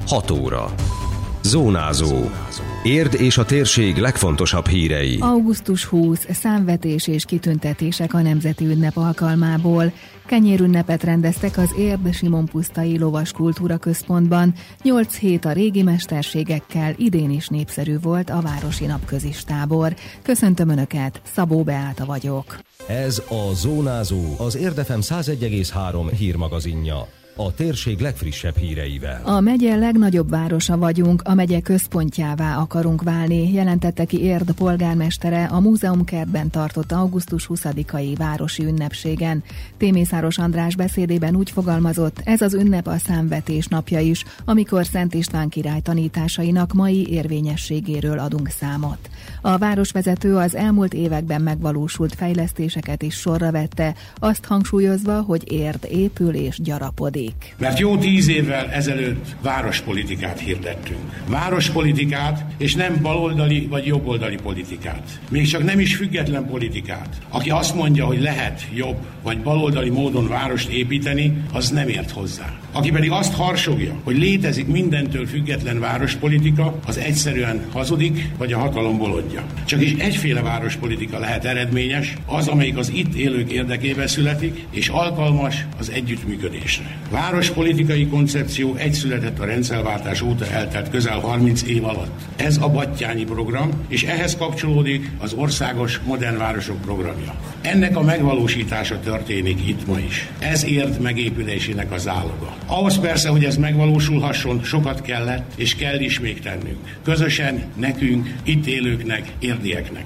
6 óra. Zónázó. Érd és a térség legfontosabb hírei. Augusztus 20. Számvetés és kitüntetések a Nemzeti Ünnep alkalmából. Kenyérünnepet rendeztek az Érd Simonpusztai Lovas Kultúra Központban. 8 hét a régi mesterségekkel, idén is népszerű volt a Városi Napközistábor. Köszöntöm Önöket, Szabó Beáta vagyok. Ez a Zónázó, az Érd FM 101,3 hírmagazinja. A térség legfrissebb híreivel. A megye legnagyobb városa vagyunk, a megye központjává akarunk válni, jelentette ki Érd polgármestere a Múzeumkertben tartott augusztus 20-ai városi ünnepségen. Témészáros András beszédében úgy fogalmazott, ez az ünnep a számvetés napja is, amikor Szent István király tanításainak mai érvényességéről adunk számot. A városvezető az elmúlt években megvalósult fejlesztéseket is sorra vette, azt hangsúlyozva, hogy Érd épül és gyarapodik. Mert jó 10 évvel ezelőtt várospolitikát hirdettünk. Várospolitikát, és nem baloldali vagy jobboldali politikát. Még csak nem is független politikát. Aki azt mondja, hogy lehet jobb vagy baloldali módon várost építeni, az nem ért hozzá. Aki pedig azt harsogja, hogy létezik mindentől független várospolitika, az egyszerűen hazudik, vagy a hatalom bolondja. Csak is egyféle várospolitika lehet eredményes, az, amelyik az itt élők érdekében születik, és alkalmas az együttműködésre. Várospolitikai koncepció egyszületett a rendszerváltás óta eltelt közel 30 év alatt. Ez a Battyányi program, és ehhez kapcsolódik az Országos Modern Városok programja. Ennek a megvalósítása történik itt ma is. Ez Érd megépülésének a záloga. Ahhoz persze, hogy ez megvalósulhasson, sokat kellett, és kell is még tennünk. Közösen, nekünk, itt élőknek, érdieknek.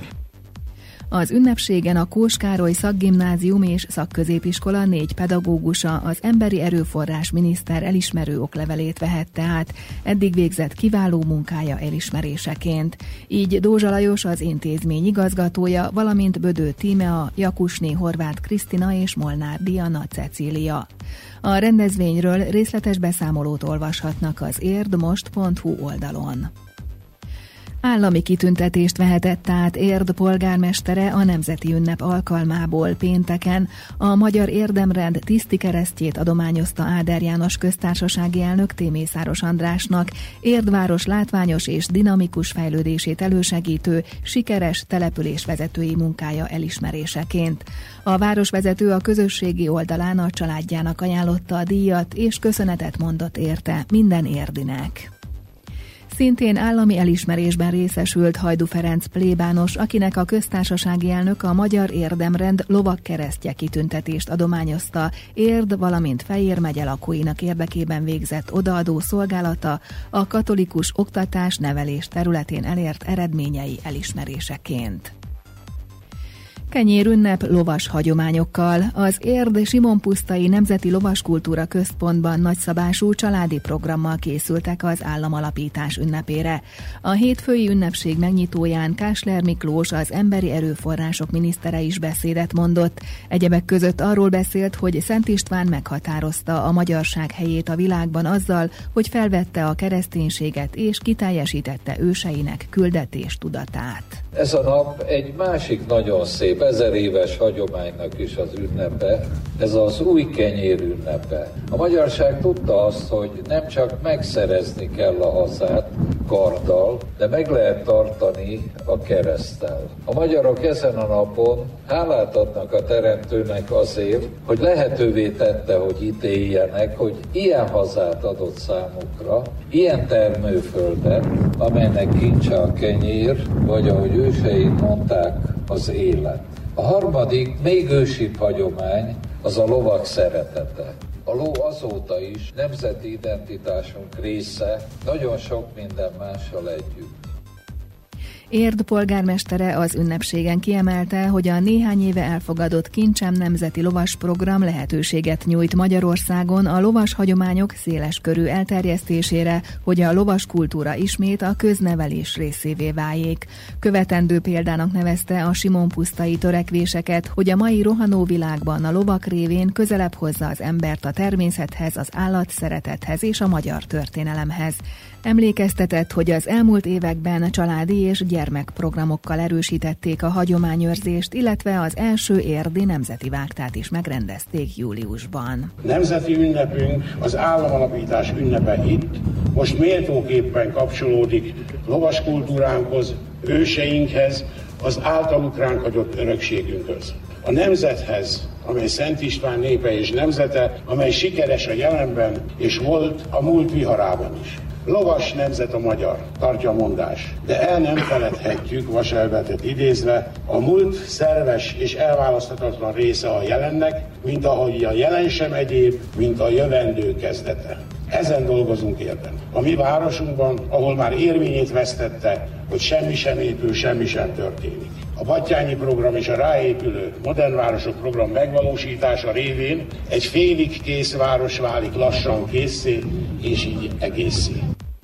Az ünnepségen a Kós Károly Szakgimnázium és Szakközépiskola 4 pedagógusa az emberi erőforrás miniszter elismerő oklevelét vehette át, eddig végzett kiváló munkája elismeréseként. Így Dózsa Lajos az intézmény igazgatója, valamint Bödő Tímea, Jakusné Horváth Krisztina és Molnár Diana Cecília. A rendezvényről részletes beszámolót olvashatnak az érdmost.hu oldalon. Állami kitüntetést vehetett át Érd polgármestere a Nemzeti Ünnep alkalmából pénteken. A Magyar Érdemrend tisztikeresztjét adományozta Áder János köztársasági elnök Témészáros Andrásnak, Érd város látványos és dinamikus fejlődését elősegítő, sikeres településvezetői munkája elismeréseként. A városvezető a közösségi oldalán a családjának ajánlotta a díjat, és köszönetet mondott érte minden érdinek. Szintén állami elismerésben részesült Hajdú Ferenc plébános, akinek a köztársasági elnök a Magyar Érdemrend lovagkeresztje kitüntetést adományozta Érd, valamint Fejér megye lakóinak érdekében végzett odaadó szolgálata a katolikus oktatás nevelés területén elért eredményei elismeréseként. Kenyérünnep lovas hagyományokkal. Az Érd Simonpusztai Nemzeti Lovaskultúra Központban nagyszabású családi programmal készültek az államalapítás ünnepére. A hétfői ünnepség megnyitóján Kásler Miklós, az emberi erőforrások minisztere is beszédet mondott. Egyebek között arról beszélt, hogy Szent István meghatározta a magyarság helyét a világban azzal, hogy felvette a kereszténységet és kiteljesítette őseinek küldetés tudatát. Ez a nap egy másik nagyon szép 1000 éves hagyománynak is az ünnepe, ez az új kenyér ünnepe. A magyarság tudta azt, hogy nem csak megszerezni kell a hazát karddal, de meg lehet tartani a kereszttel. A magyarok ezen a napon hálát adnak a Teremtőnek azért, hogy lehetővé tette, hogy itt éljenek, hogy ilyen hazát adott számukra, ilyen termőföldet, amelynek kincse a kenyér, vagy ahogy őseink mondták, az élet. A harmadik, még ősibb hagyomány, az a lovak szeretete. A ló azóta is nemzeti identitásunk része, nagyon sok minden mással együtt. Érd polgármestere az ünnepségen kiemelte, hogy a néhány éve elfogadott Kincsem nemzeti lovas program lehetőséget nyújt Magyarországon a lovas hagyományok széleskörű elterjesztésére, hogy a lovas kultúra ismét a köznevelés részévé váljék. Követendő példának nevezte a simonpusztai törekvéseket, hogy a mai rohanó világban a lovak révén közelebb hozza az embert a természethez, az állatszeretethez és a magyar történelemhez. Emlékeztetett, hogy az elmúlt években családi és gyermekprogramokkal erősítették a hagyományőrzést, illetve az első érdi nemzeti vágtát is megrendezték júliusban. Nemzeti ünnepünk, az államalapítás ünnepe itt, most méltóképpen kapcsolódik lovas kultúránkhoz, őseinkhez, az általuk ránk hagyott örökségünkhöz. A nemzethez, amely Szent István népe és nemzete, amely sikeres a jelenben, és volt a múlt viharában is. Lovas nemzet a magyar, tartja a mondás, de el nem feledhetjük, Vaselbetet idézve, a múlt szerves és elválaszthatatlan része a jelennek, mint ahogy a jelen sem egyéb, mint a jövendő kezdete. Ezen dolgozunk érden. A mi városunkban, ahol már érvényét vesztette, hogy semmi sem épül, semmi sem történik. A Battyányi program és a ráépülő Modern Városok program megvalósítása révén egy félig kész város válik lassan készé, és így egészé.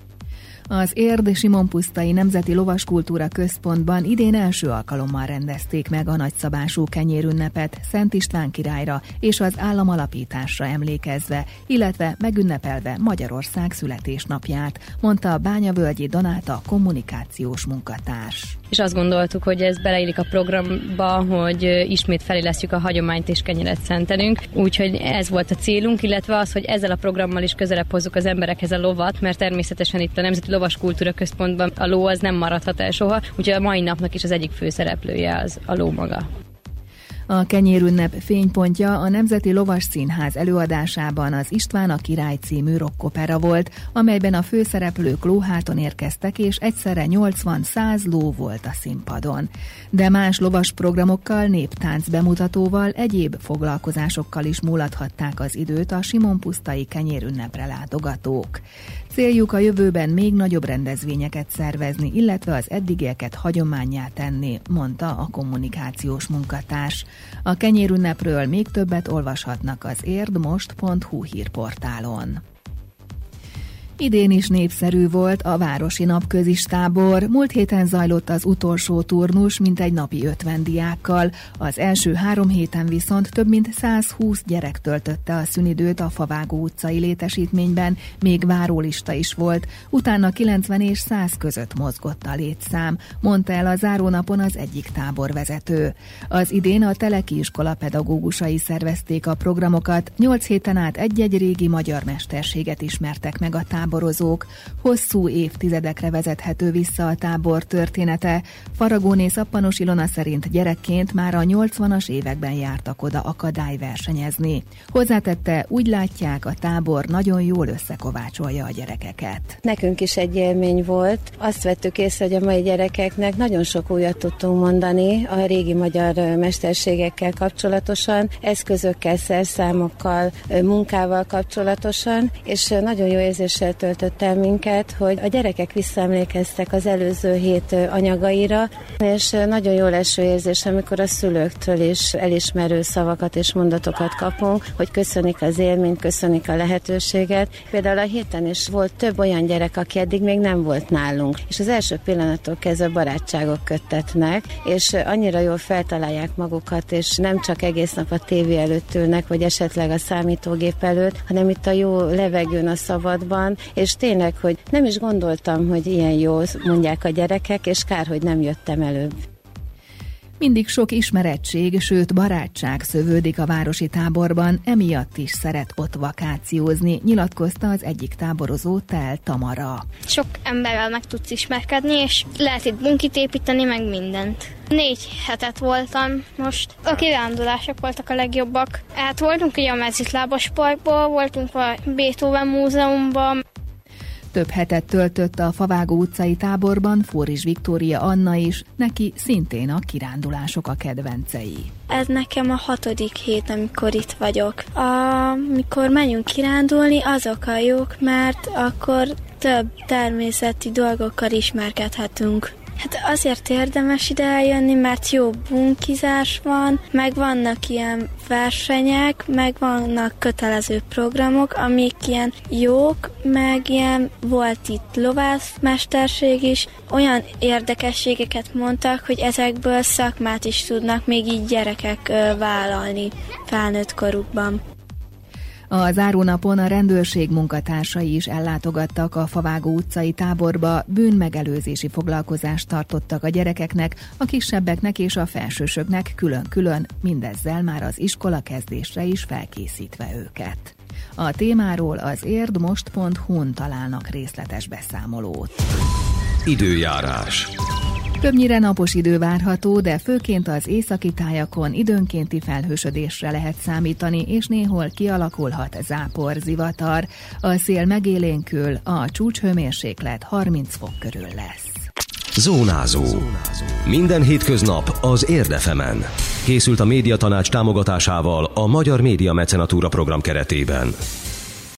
Az Érd-Simonpusztai Nemzeti Lovaskultúra Központban idén első alkalommal rendezték meg a nagyszabású kenyérünnepet Szent István királyra és az állam alapításra emlékezve, illetve megünnepelve Magyarország születésnapját, mondta a Bányavölgyi Donáta kommunikációs munkatárs. És azt gondoltuk, hogy ez beleillik a programba, hogy ismét felélesztjük a hagyományt és kenyeret szentelünk. Úgyhogy ez volt a célunk, illetve az, hogy ezzel a programmal is közelebb hozzuk az emberekhez a lovat, mert természetesen itt a Nemzeti Lovaskultúra Központban a ló az nem maradhat el soha, úgyhogy a mai napnak is az egyik főszereplője az a ló maga. A kenyérünnep fénypontja a Nemzeti Lovas Színház előadásában az István a király című rockopera volt, amelyben a főszereplők lóháton érkeztek, és egyszerre 80-100 ló volt a színpadon. De más lovas programokkal, néptánc bemutatóval, egyéb foglalkozásokkal is múlathatták az időt a simonpusztai kenyérünnepre látogatók. Céljuk a jövőben még nagyobb rendezvényeket szervezni, illetve az eddigieket hagyománnyá tenni, mondta a kommunikációs munkatárs. A kenyérünnepről még többet olvashatnak az érdmost.hu hírportálon. Idén is népszerű volt a Városi Napközis tábor. Múlt héten zajlott az utolsó turnus mintegy napi 50 diákkal. Az első 3 héten viszont több mint 120 gyerek töltötte a szünidőt a Favágó utcai létesítményben, még várólista is volt, utána 90 és 100 között mozgott a létszám, mondta el a zárónapon az egyik táborvezető. Az idén a Teleki iskola pedagógusai szervezték a programokat, 8 héten át egy-egy régi magyar mesterséget ismertek meg a táborozók. Hosszú évtizedekre vezethető vissza a tábor története. Faragóné Szappanos Ilona szerint gyerekként már a 80-as években jártak oda akadályversenyezni. Hozzátette, úgy látják, a tábor nagyon jól összekovácsolja a gyerekeket. Nekünk is egy élmény volt. Azt vettük észre, hogy a mai gyerekeknek nagyon sok újat tudtunk mondani a régi magyar mesterségekkel kapcsolatosan, eszközökkel, szerszámokkal, munkával kapcsolatosan, és nagyon jó érzéssel töltött el minket, hogy a gyerekek visszaemlékeztek az előző hét anyagaira, és nagyon jó leső érzés, amikor a szülőktől is elismerő szavakat és mondatokat kapunk, hogy köszönik az élményt, köszönik a lehetőséget. Például a héten is volt több olyan gyerek, aki eddig még nem volt nálunk, és az első pillanattól kezdve barátságok köttetnek, és annyira jól feltalálják magukat, és nem csak egész nap a tévé előtt ülnek, vagy esetleg a számítógép előtt, hanem itt a jó levegőn, a szabadban, és tényleg, hogy nem is gondoltam, hogy ilyen jó, mondják a gyerekek, és kár, hogy nem jöttem előbb. Mindig sok ismerettség, sőt barátság szövődik a városi táborban, emiatt is szeret ott vakációzni, nyilatkozta az egyik táborozó, Tel Tamara. Sok emberrel meg tudsz ismerkedni, és lehet itt bunkit építeni, meg mindent. 4 hetet voltam most. A kirándulások voltak a legjobbak. Hát voltunk ugye a Mezitlábas Parkban, voltunk a Beethoven Múzeumban. Több hetet töltött a Favágó utcai táborban Fóris Viktória Anna is, neki szintén a kirándulások a kedvencei. Ez nekem a 6. hét, amikor itt vagyok. Amikor megyünk kirándulni, azok a jók, mert akkor több természeti dolgokkal ismerkedhetünk. Hát azért érdemes ide eljönni, mert jó bunkizás van, meg vannak ilyen versenyek, meg vannak kötelező programok, amik ilyen jók, meg ilyen volt itt lovászmesterség is. Olyan érdekességeket mondtak, hogy ezekből szakmát is tudnak még így gyerekek vállalni felnőtt korukban. A zárónapon a rendőrség munkatársai is ellátogattak a Favágó utcai táborba, bűnmegelőzési foglalkozást tartottak a gyerekeknek, a kisebbeknek és a felsősöknek külön-külön, mindezzel már az iskola kezdésre is felkészítve őket. A témáról az érdmost.hu-n találnak részletes beszámolót. Időjárás. Többnyire napos idő várható, de főként az északi tájakon időnkénti felhősödésre lehet számítani, és néhol kialakulhat zápor, zivatar. A szél megélénkül, a csúcshőmérséklet 30 fok körül lesz. Zónázó. Minden hétköznap az Érd FM-en. Készült a Médiatanács támogatásával a Magyar Média Mecenatúra program keretében.